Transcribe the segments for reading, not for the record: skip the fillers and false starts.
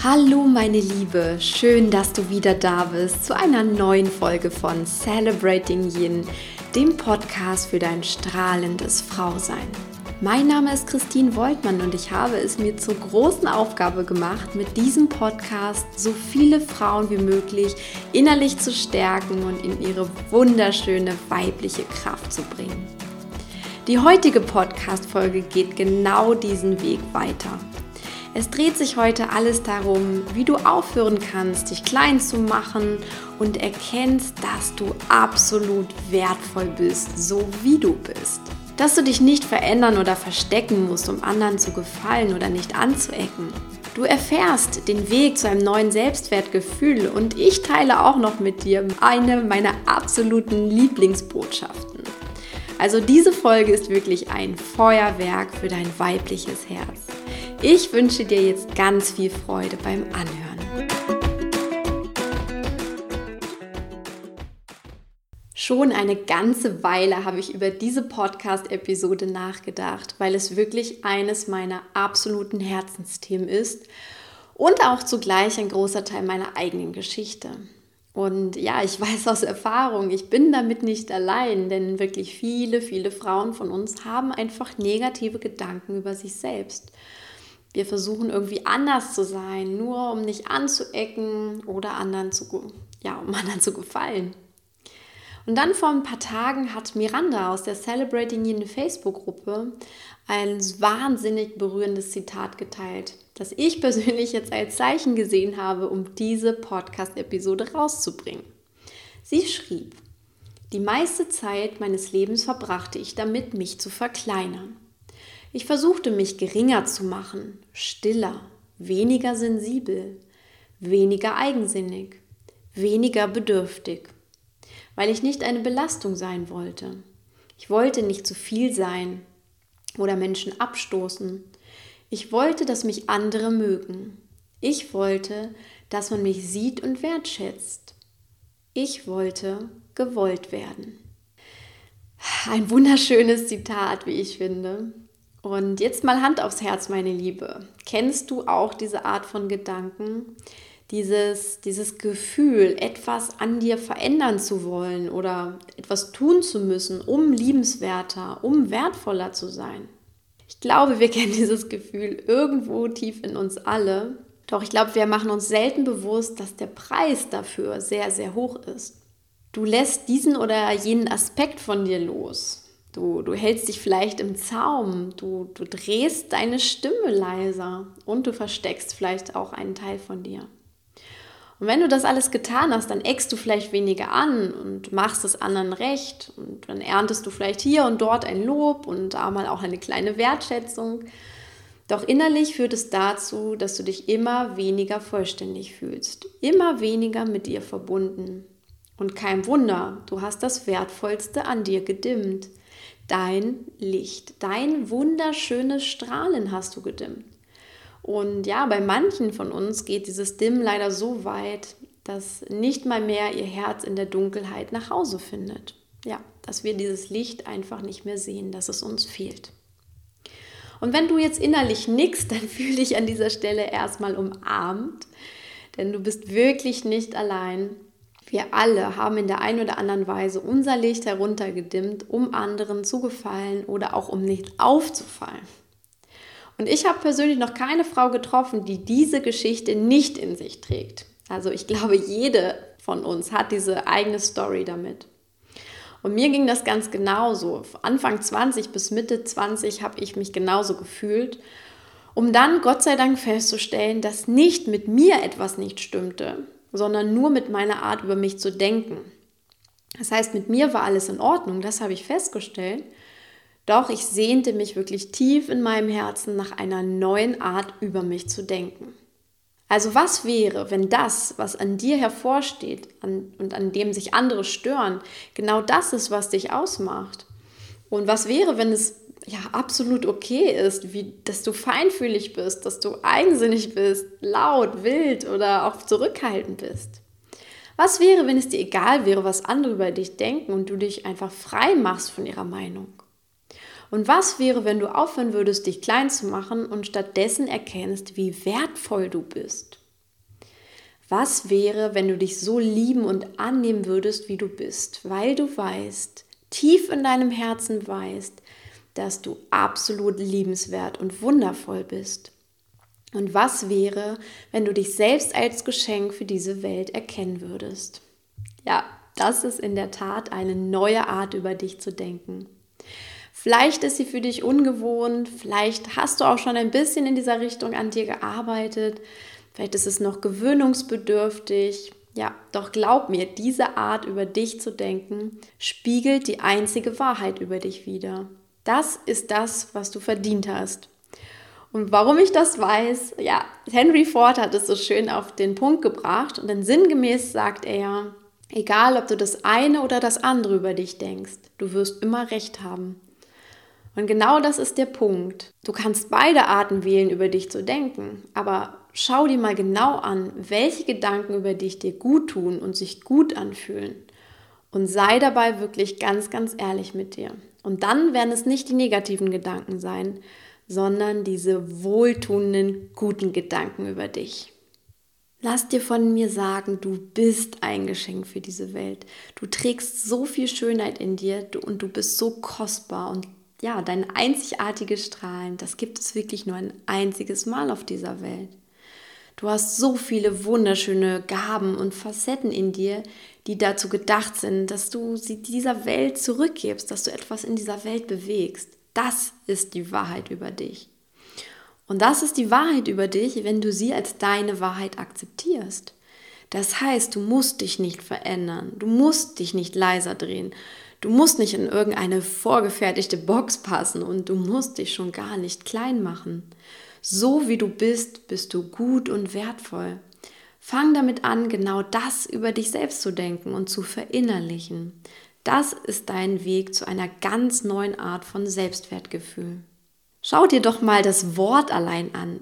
Hallo meine Liebe, schön, dass du wieder da bist zu einer neuen Folge von Celebrating Yin, dem Podcast für dein strahlendes Frausein. Mein Name ist Christine Woltmann und ich habe es mir zur großen Aufgabe gemacht, mit diesem Podcast so viele Frauen wie möglich innerlich zu stärken und in ihre wunderschöne weibliche Kraft zu bringen. Die heutige Podcast-Folge geht genau diesen Weg weiter. Es dreht sich heute alles darum, wie du aufhören kannst, dich klein zu machen und erkennst, dass du absolut wertvoll bist, so wie du bist. Dass du dich nicht verändern oder verstecken musst, um anderen zu gefallen oder nicht anzuecken. Du erfährst den Weg zu einem neuen Selbstwertgefühl und ich teile auch noch mit dir eine meiner absoluten Lieblingsbotschaften. Also diese Folge ist wirklich ein Feuerwerk für dein weibliches Herz. Ich wünsche dir jetzt ganz viel Freude beim Anhören. Schon eine ganze Weile habe ich über diese Podcast-Episode nachgedacht, weil es wirklich eines meiner absoluten Herzensthemen ist und auch zugleich ein großer Teil meiner eigenen Geschichte. Und ja, ich weiß aus Erfahrung, ich bin damit nicht allein, denn wirklich viele Frauen von uns haben einfach negative Gedanken über sich selbst. Wir versuchen irgendwie anders zu sein, nur um nicht anzuecken oder um anderen zu gefallen. Und dann vor ein paar Tagen hat Miranda aus der Celebrating Yin Facebook-Gruppe ein wahnsinnig berührendes Zitat geteilt, das ich persönlich jetzt als Zeichen gesehen habe, um diese Podcast-Episode rauszubringen. Sie schrieb: Die meiste Zeit meines Lebens verbrachte ich damit, mich zu verkleinern. Ich versuchte, mich geringer zu machen, stiller, weniger sensibel, weniger eigensinnig, weniger bedürftig, weil ich nicht eine Belastung sein wollte. Ich wollte nicht zu viel sein oder Menschen abstoßen. Ich wollte, dass mich andere mögen. Ich wollte, dass man mich sieht und wertschätzt. Ich wollte gewollt werden. Ein wunderschönes Zitat, wie ich finde. Und jetzt mal Hand aufs Herz, meine Liebe. Kennst du auch diese Art von Gedanken? Dieses Gefühl, etwas an dir verändern zu wollen oder etwas tun zu müssen, um liebenswerter, um wertvoller zu sein. Ich glaube, wir kennen dieses Gefühl irgendwo tief in uns alle. Doch ich glaube, wir machen uns selten bewusst, dass der Preis dafür sehr, sehr hoch ist. Du lässt diesen oder jenen Aspekt von dir los. Du hältst dich vielleicht im Zaum, du drehst deine Stimme leiser und du versteckst vielleicht auch einen Teil von dir. Und wenn du das alles getan hast, dann eckst du vielleicht weniger an und machst es anderen recht und dann erntest du vielleicht hier und dort ein Lob und einmal auch eine kleine Wertschätzung. Doch innerlich führt es dazu, dass du dich immer weniger vollständig fühlst, immer weniger mit dir verbunden. Und kein Wunder, du hast das Wertvollste an dir gedimmt. Dein Licht, dein wunderschönes Strahlen hast du gedimmt. Und ja, bei manchen von uns geht dieses Dimmen leider so weit, dass nicht mal mehr ihr Herz in der Dunkelheit nach Hause findet. Ja, dass wir dieses Licht einfach nicht mehr sehen, dass es uns fehlt. Und wenn du jetzt innerlich nickst, dann fühle dich an dieser Stelle erstmal umarmt, denn du bist wirklich nicht allein. Wir alle haben in der einen oder anderen Weise unser Licht heruntergedimmt, um anderen zu gefallen oder auch um nicht aufzufallen. Und ich habe persönlich noch keine Frau getroffen, die diese Geschichte nicht in sich trägt. Also ich glaube, jede von uns hat diese eigene Story damit. Und mir ging das ganz genauso. Anfang 20 bis Mitte 20 habe ich mich genauso gefühlt, um dann Gott sei Dank festzustellen, dass nicht mit mir etwas nicht stimmte, sondern nur mit meiner Art, über mich zu denken. Das heißt, mit mir war alles in Ordnung, das habe ich festgestellt. Doch ich sehnte mich wirklich tief in meinem Herzen nach einer neuen Art, über mich zu denken. Also was wäre, wenn das, was an dir hervorsteht und an dem sich andere stören, genau das ist, was dich ausmacht? Und was wäre, wenn es absolut okay ist, dass du feinfühlig bist, dass du eigensinnig bist, laut, wild oder auch zurückhaltend bist? Was wäre, wenn es dir egal wäre, was andere über dich denken und du dich einfach frei machst von ihrer Meinung? Und was wäre, wenn du aufhören würdest, dich klein zu machen und stattdessen erkennst, wie wertvoll du bist? Was wäre, wenn du dich so lieben und annehmen würdest, wie du bist, weil du weißt, tief in deinem Herzen weißt, dass du absolut liebenswert und wundervoll bist? Und was wäre, wenn du dich selbst als Geschenk für diese Welt erkennen würdest? Ja, das ist in der Tat eine neue Art, über dich zu denken. Vielleicht ist sie für dich ungewohnt, vielleicht hast du auch schon ein bisschen in dieser Richtung an dir gearbeitet, vielleicht ist es noch gewöhnungsbedürftig. Ja, doch glaub mir, diese Art über dich zu denken, spiegelt die einzige Wahrheit über dich wider. Das ist das, was du verdient hast. Und warum ich das weiß, ja, Henry Ford hat es so schön auf den Punkt gebracht und dann sinngemäß sagt er, egal ob du das eine oder das andere über dich denkst, du wirst immer recht haben. Und genau das ist der Punkt. Du kannst beide Arten wählen, über dich zu denken, aber schau dir mal genau an, welche Gedanken über dich dir gut tun und sich gut anfühlen. Und sei dabei wirklich ganz, ganz ehrlich mit dir. Und dann werden es nicht die negativen Gedanken sein, sondern diese wohltuenden, guten Gedanken über dich. Lass dir von mir sagen, du bist ein Geschenk für diese Welt. Du trägst so viel Schönheit in dir und du bist so kostbar. Und ja, dein einzigartiges Strahlen, das gibt es wirklich nur ein einziges Mal auf dieser Welt. Du hast so viele wunderschöne Gaben und Facetten in dir, die dazu gedacht sind, dass du sie dieser Welt zurückgibst, dass du etwas in dieser Welt bewegst. Das ist die Wahrheit über dich. Und das ist die Wahrheit über dich, wenn du sie als deine Wahrheit akzeptierst. Das heißt, du musst dich nicht verändern, du musst dich nicht leiser drehen, du musst nicht in irgendeine vorgefertigte Box passen und du musst dich schon gar nicht klein machen. So wie du bist, bist du gut und wertvoll. Fang damit an, genau das über dich selbst zu denken und zu verinnerlichen. Das ist dein Weg zu einer ganz neuen Art von Selbstwertgefühl. Schau dir doch mal das Wort allein an.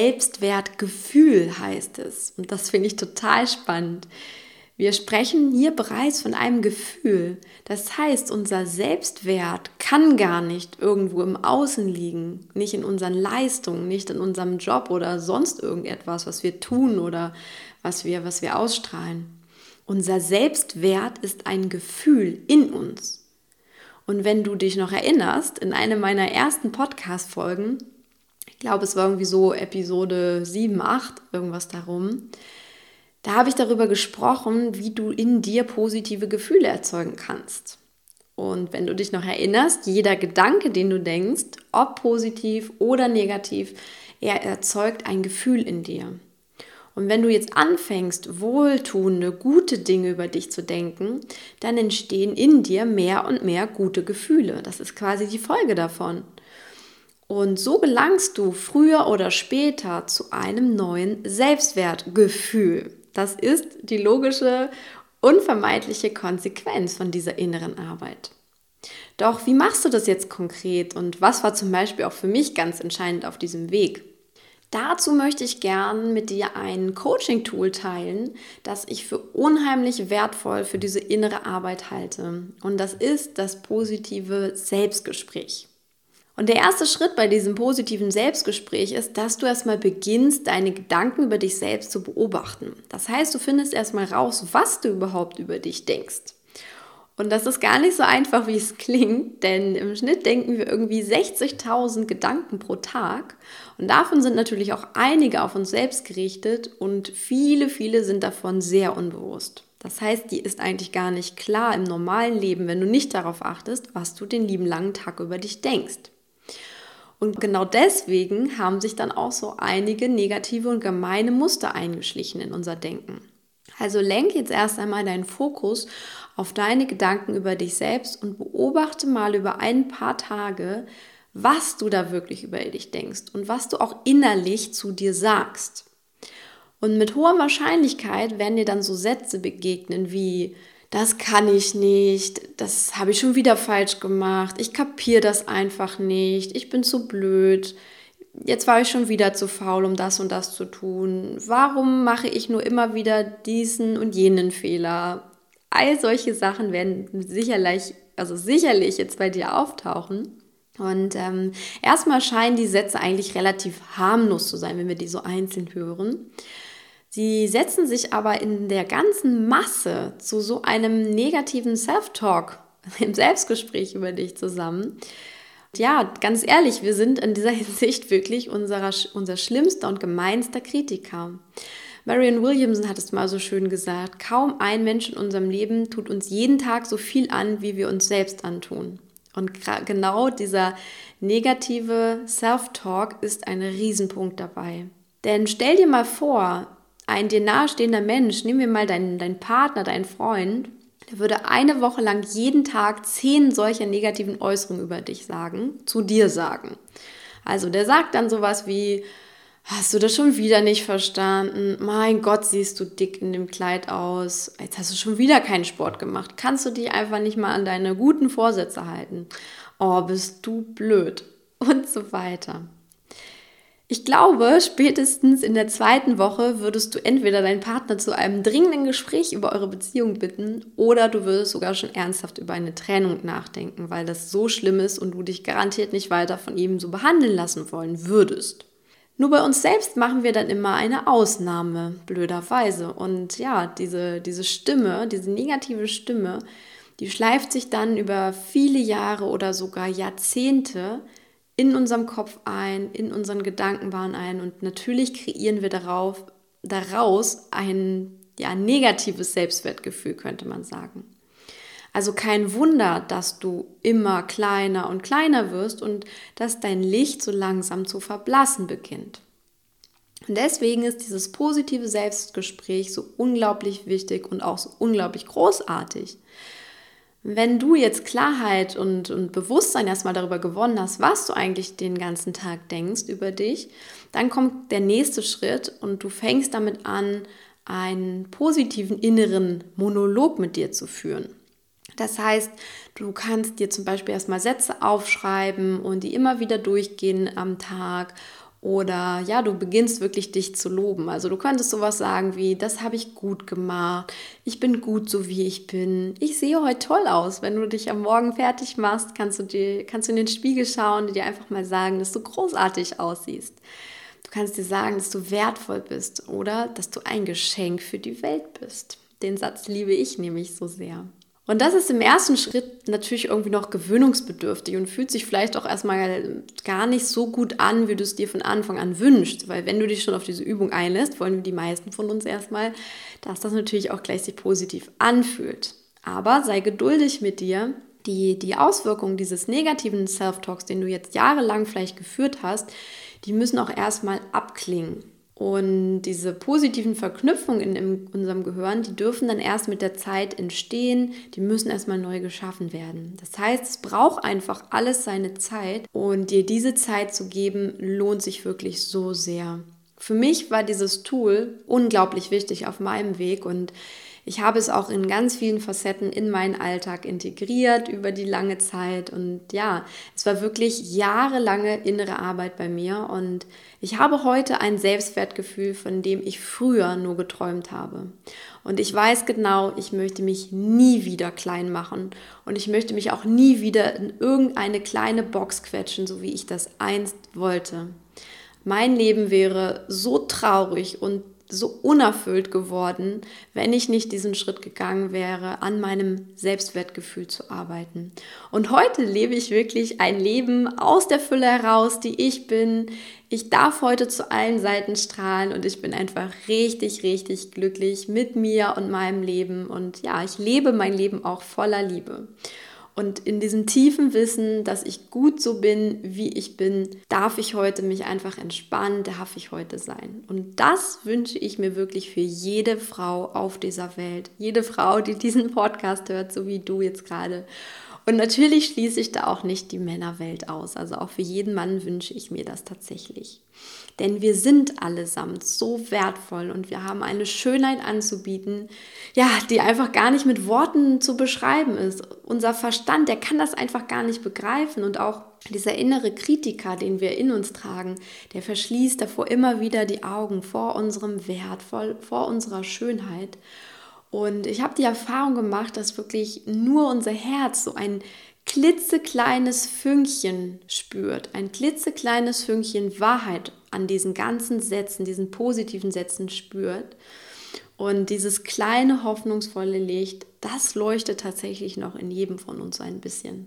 Selbstwertgefühl heißt es. Und das finde ich total spannend. Wir sprechen hier bereits von einem Gefühl. Das heißt, unser Selbstwert kann gar nicht irgendwo im Außen liegen. Nicht in unseren Leistungen, nicht in unserem Job oder sonst irgendetwas, was wir tun oder was wir ausstrahlen. Unser Selbstwert ist ein Gefühl in uns. Und wenn du dich noch erinnerst, in einer meiner ersten Podcast-Folgen, ich glaube, es war irgendwie so Episode 7, 8, irgendwas darum, da habe ich darüber gesprochen, wie du in dir positive Gefühle erzeugen kannst. Und wenn du dich noch erinnerst, jeder Gedanke, den du denkst, ob positiv oder negativ, er erzeugt ein Gefühl in dir. Und wenn du jetzt anfängst, wohltuende, gute Dinge über dich zu denken, dann entstehen in dir mehr und mehr gute Gefühle. Das ist quasi die Folge davon. Und so gelangst du früher oder später zu einem neuen Selbstwertgefühl. Das ist die logische, unvermeidliche Konsequenz von dieser inneren Arbeit. Doch wie machst du das jetzt konkret und was war zum Beispiel auch für mich ganz entscheidend auf diesem Weg? Dazu möchte ich gern mit dir ein Coaching-Tool teilen, das ich für unheimlich wertvoll für diese innere Arbeit halte. Und das ist das positive Selbstgespräch. Und der erste Schritt bei diesem positiven Selbstgespräch ist, dass du erstmal beginnst, deine Gedanken über dich selbst zu beobachten. Das heißt, du findest erstmal raus, was du überhaupt über dich denkst. Und das ist gar nicht so einfach, wie es klingt, denn im Schnitt denken wir irgendwie 60.000 Gedanken pro Tag. Und davon sind natürlich auch einige auf uns selbst gerichtet und viele sind davon sehr unbewusst. Das heißt, die ist eigentlich gar nicht klar im normalen Leben, wenn du nicht darauf achtest, was du den lieben langen Tag über dich denkst. Und genau deswegen haben sich dann auch so einige negative und gemeine Muster eingeschlichen in unser Denken. Also lenk jetzt erst einmal deinen Fokus auf deine Gedanken über dich selbst und beobachte mal über ein paar Tage, was du da wirklich über dich denkst und was du auch innerlich zu dir sagst. Und mit hoher Wahrscheinlichkeit werden dir dann so Sätze begegnen wie: Das kann ich nicht, das habe ich schon wieder falsch gemacht, ich kapiere das einfach nicht, ich bin zu blöd, jetzt war ich schon wieder zu faul, um das und das zu tun, warum mache ich nur immer wieder diesen und jenen Fehler? All solche Sachen werden sicherlich jetzt bei dir auftauchen. Und erstmal scheinen die Sätze eigentlich relativ harmlos zu sein, wenn wir die so einzeln hören. Sie setzen sich aber in der ganzen Masse zu so einem negativen Self-Talk, im Selbstgespräch über dich zusammen. Ja, ganz ehrlich, wir sind in dieser Hinsicht wirklich unser schlimmster und gemeinster Kritiker. Marianne Williamson hat es mal so schön gesagt, kaum ein Mensch in unserem Leben tut uns jeden Tag so viel an, wie wir uns selbst antun. Und genau dieser negative Self-Talk ist ein Riesenpunkt dabei. Denn stell dir mal vor, ein dir nahestehender Mensch, nehmen wir mal deinen Partner, deinen Freund, der würde eine Woche lang jeden Tag 10 solcher negativen Äußerungen über dich sagen, zu dir sagen. Also der sagt dann sowas wie, hast du das schon wieder nicht verstanden? Mein Gott, siehst du dick in dem Kleid aus. Jetzt hast du schon wieder keinen Sport gemacht. Kannst du dich einfach nicht mal an deine guten Vorsätze halten? Oh, bist du blöd. Und so weiter. Ich glaube, spätestens in der 2. Woche würdest du entweder deinen Partner zu einem dringenden Gespräch über eure Beziehung bitten oder du würdest sogar schon ernsthaft über eine Trennung nachdenken, weil das so schlimm ist und du dich garantiert nicht weiter von ihm so behandeln lassen wollen würdest. Nur bei uns selbst machen wir dann immer eine Ausnahme, blöderweise. Und ja, diese Stimme, diese negative Stimme, die schleift sich dann über viele Jahre oder sogar Jahrzehnte in unserem Kopf ein, in unseren Gedankenbahnen ein. Und natürlich kreieren wir daraus ein negatives Selbstwertgefühl, könnte man sagen. Also kein Wunder, dass du immer kleiner und kleiner wirst und dass dein Licht so langsam zu verblassen beginnt. Und deswegen ist dieses positive Selbstgespräch so unglaublich wichtig und auch so unglaublich großartig. Wenn du jetzt Klarheit und Bewusstsein erstmal darüber gewonnen hast, was du eigentlich den ganzen Tag denkst über dich, dann kommt der nächste Schritt und du fängst damit an, einen positiven inneren Monolog mit dir zu führen. Das heißt, du kannst dir zum Beispiel erstmal Sätze aufschreiben und die immer wieder durchgehen am Tag. Oder ja, du beginnst wirklich dich zu loben. Also du könntest sowas sagen wie, das habe ich gut gemacht, ich bin gut so wie ich bin, ich sehe heute toll aus. Wenn du dich am Morgen fertig machst, kannst du in den Spiegel schauen und dir einfach mal sagen, dass du großartig aussiehst. Du kannst dir sagen, dass du wertvoll bist oder dass du ein Geschenk für die Welt bist. Den Satz liebe ich nämlich so sehr. Und das ist im ersten Schritt natürlich irgendwie noch gewöhnungsbedürftig und fühlt sich vielleicht auch erstmal gar nicht so gut an, wie du es dir von Anfang an wünschst. Weil wenn du dich schon auf diese Übung einlässt, wollen die meisten von uns erstmal, dass das natürlich auch gleich sich positiv anfühlt. Aber sei geduldig mit dir. Die Auswirkungen dieses negativen Self-Talks, den du jetzt jahrelang vielleicht geführt hast, die müssen auch erstmal abklingen. Und diese positiven Verknüpfungen in unserem Gehirn, die dürfen dann erst mit der Zeit entstehen, die müssen erstmal neu geschaffen werden. Das heißt, es braucht einfach alles seine Zeit und dir diese Zeit zu geben, lohnt sich wirklich so sehr. Für mich war dieses Tool unglaublich wichtig auf meinem Weg und ich habe es auch in ganz vielen Facetten in meinen Alltag integriert über die lange Zeit und ja, es war wirklich jahrelange innere Arbeit bei mir und ich habe heute ein Selbstwertgefühl, von dem ich früher nur geträumt habe. Und ich weiß genau, ich möchte mich nie wieder klein machen und ich möchte mich auch nie wieder in irgendeine kleine Box quetschen, so wie ich das einst wollte. Mein Leben wäre so traurig und so unerfüllt geworden, wenn ich nicht diesen Schritt gegangen wäre, an meinem Selbstwertgefühl zu arbeiten. Und heute lebe ich wirklich ein Leben aus der Fülle heraus, die ich bin. Ich darf heute zu allen Seiten strahlen und ich bin einfach richtig, richtig glücklich mit mir und meinem Leben. Und ja, ich lebe mein Leben auch voller Liebe. Und in diesem tiefen Wissen, dass ich gut so bin, wie ich bin, darf ich heute mich einfach entspannen, darf ich heute sein. Und das wünsche ich mir wirklich für jede Frau auf dieser Welt. Jede Frau, die diesen Podcast hört, so wie du jetzt gerade. Und natürlich schließe ich da auch nicht die Männerwelt aus. Also auch für jeden Mann wünsche ich mir das tatsächlich. Denn wir sind allesamt so wertvoll und wir haben eine Schönheit anzubieten, ja, die einfach gar nicht mit Worten zu beschreiben ist. Unser Verstand, der kann das einfach gar nicht begreifen und auch dieser innere Kritiker, den wir in uns tragen, der verschließt davor immer wieder die Augen vor unserem Wert, vor unserer Schönheit. Und ich habe die Erfahrung gemacht, dass wirklich nur unser Herz so ein klitzekleines Fünkchen spürt, ein klitzekleines Fünkchen Wahrheit an diesen ganzen Sätzen, diesen positiven Sätzen spürt. Und dieses kleine, hoffnungsvolle Licht, das leuchtet tatsächlich noch in jedem von uns ein bisschen.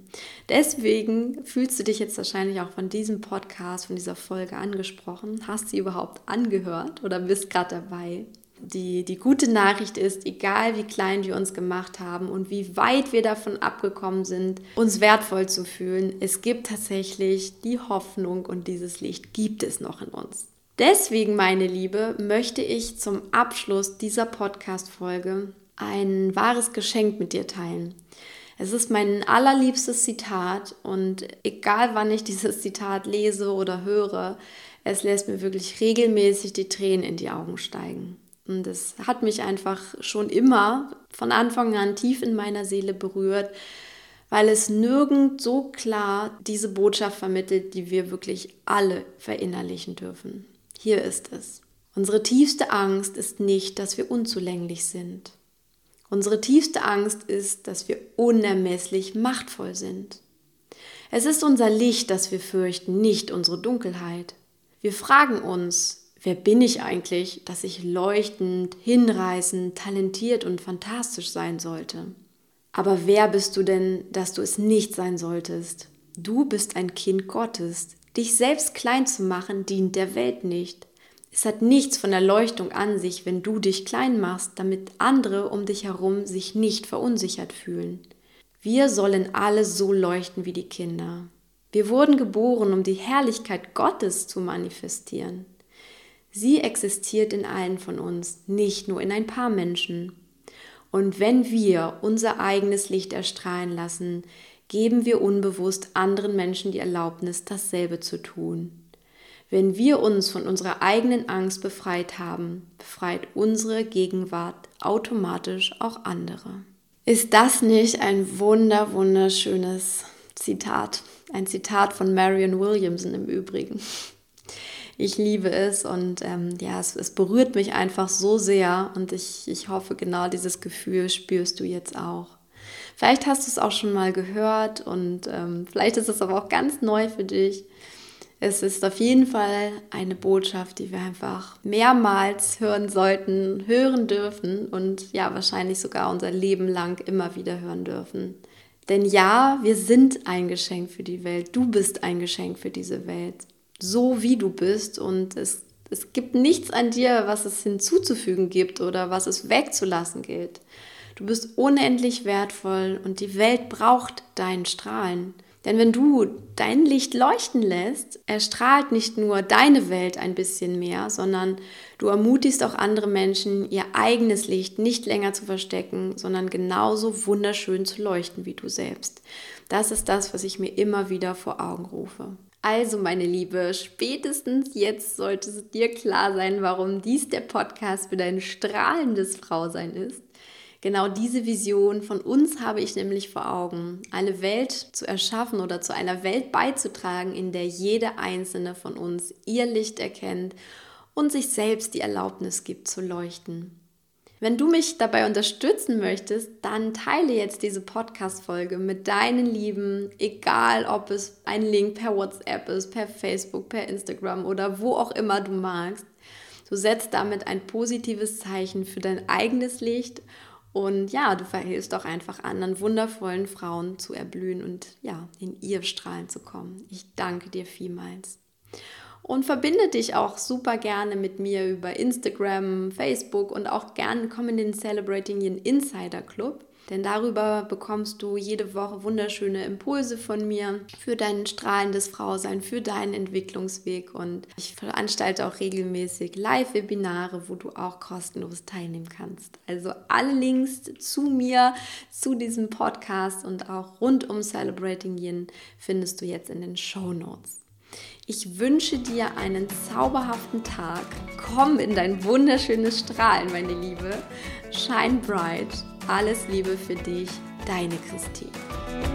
Deswegen fühlst du dich jetzt wahrscheinlich auch von diesem Podcast, von dieser Folge angesprochen. Hast sie überhaupt angehört oder bist gerade dabei? Die gute Nachricht ist, egal wie klein wir uns gemacht haben und wie weit wir davon abgekommen sind, uns wertvoll zu fühlen, es gibt tatsächlich die Hoffnung und dieses Licht gibt es noch in uns. Deswegen, meine Liebe, möchte ich zum Abschluss dieser Podcast-Folge ein wahres Geschenk mit dir teilen. Es ist mein allerliebstes Zitat und egal wann ich dieses Zitat lese oder höre, es lässt mir wirklich regelmäßig die Tränen in die Augen steigen. Und es hat mich einfach schon immer von Anfang an tief in meiner Seele berührt, weil es nirgend so klar diese Botschaft vermittelt, die wir wirklich alle verinnerlichen dürfen. Hier ist es. Unsere tiefste Angst ist nicht, dass wir unzulänglich sind. Unsere tiefste Angst ist, dass wir unermesslich machtvoll sind. Es ist unser Licht, das wir fürchten, nicht unsere Dunkelheit. Wir fragen uns, wer bin ich eigentlich, dass ich leuchtend, hinreißend, talentiert und fantastisch sein sollte? Aber wer bist du denn, dass du es nicht sein solltest? Du bist ein Kind Gottes. Dich selbst klein zu machen, dient der Welt nicht. Es hat nichts von Erleuchtung an sich, wenn du dich klein machst, damit andere um dich herum sich nicht verunsichert fühlen. Wir sollen alle so leuchten wie die Kinder. Wir wurden geboren, um die Herrlichkeit Gottes zu manifestieren. Sie existiert in allen von uns, nicht nur in ein paar Menschen. Und wenn wir unser eigenes Licht erstrahlen lassen, geben wir unbewusst anderen Menschen die Erlaubnis, dasselbe zu tun. Wenn wir uns von unserer eigenen Angst befreit haben, befreit unsere Gegenwart automatisch auch andere. Ist das nicht ein wunderschönes Zitat? Ein Zitat von Marianne Williamson im Übrigen. Ich liebe es und es berührt mich einfach so sehr und ich hoffe, genau dieses Gefühl spürst du jetzt auch. Vielleicht hast du es auch schon mal gehört und vielleicht ist es aber auch ganz neu für dich. Es ist auf jeden Fall eine Botschaft, die wir einfach mehrmals hören sollten, hören dürfen und ja, wahrscheinlich sogar unser Leben lang immer wieder hören dürfen. Denn ja, wir sind ein Geschenk für die Welt. Du bist ein Geschenk für diese Welt. So wie du bist und es gibt nichts an dir, was es hinzuzufügen gibt oder was es wegzulassen gilt. Du bist unendlich wertvoll und die Welt braucht dein Strahlen. Denn wenn du dein Licht leuchten lässt, erstrahlt nicht nur deine Welt ein bisschen mehr, sondern du ermutigst auch andere Menschen, ihr eigenes Licht nicht länger zu verstecken, sondern genauso wunderschön zu leuchten wie du selbst. Das ist das, was ich mir immer wieder vor Augen rufe. Also meine Liebe, spätestens jetzt sollte es dir klar sein, warum dies der Podcast für dein strahlendes Frausein ist. Genau diese Vision von uns habe ich nämlich vor Augen, eine Welt zu erschaffen oder zu einer Welt beizutragen, in der jede einzelne von uns ihr Licht erkennt und sich selbst die Erlaubnis gibt zu leuchten. Wenn du mich dabei unterstützen möchtest, dann teile jetzt diese Podcast-Folge mit deinen Lieben, egal ob es ein Link per WhatsApp ist, per Facebook, per Instagram oder wo auch immer du magst. Du setzt damit ein positives Zeichen für dein eigenes Licht und ja, du verhilfst auch einfach anderen wundervollen Frauen zu erblühen und ja, in ihr Strahlen zu kommen. Ich danke dir vielmals. Und verbinde dich auch super gerne mit mir über Instagram, Facebook und auch gerne komm in den Celebrating Yin Insider Club. Denn darüber bekommst du jede Woche wunderschöne Impulse von mir für dein strahlendes Frausein, für deinen Entwicklungsweg. Und ich veranstalte auch regelmäßig Live-Webinare, wo du auch kostenlos teilnehmen kannst. Also alle Links zu mir, zu diesem Podcast und auch rund um Celebrating Yin findest du jetzt in den Shownotes. Ich wünsche dir einen zauberhaften Tag. Komm in dein wunderschönes Strahlen, meine Liebe. Shine bright. Alles Liebe für dich, deine Christine.